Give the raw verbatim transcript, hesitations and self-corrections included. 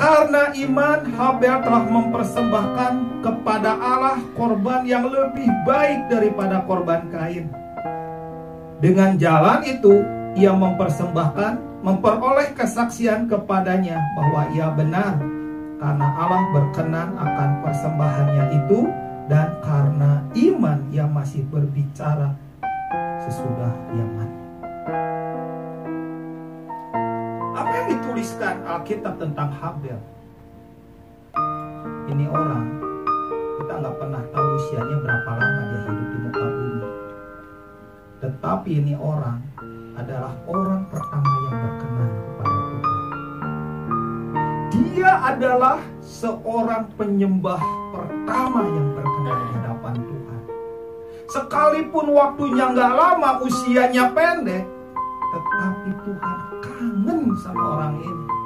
Karena iman, Habel telah mempersembahkan kepada Allah korban yang lebih baik daripada korban Kain. Dengan jalan itu, ia mempersembahkan, memperoleh kesaksian kepadanya bahwa ia benar, karena Allah berkenan akan persembahannya itu, dan karena iman ia masih berbicara sesudah ia mati. Apa yang dituliskan Alkitab tentang Habel? Ini orang, kita nggak pernah tahu usianya berapa lama dia hidup di muka bumi. Tetapi ini orang adalah orang pertama yang berkenan kepada Tuhan. Dia adalah seorang penyembah pertama yang berkenan di hadapan Tuhan. Sekalipun waktunya nggak lama, usianya pendek, tetapi Tuhan kangen sama orang ini.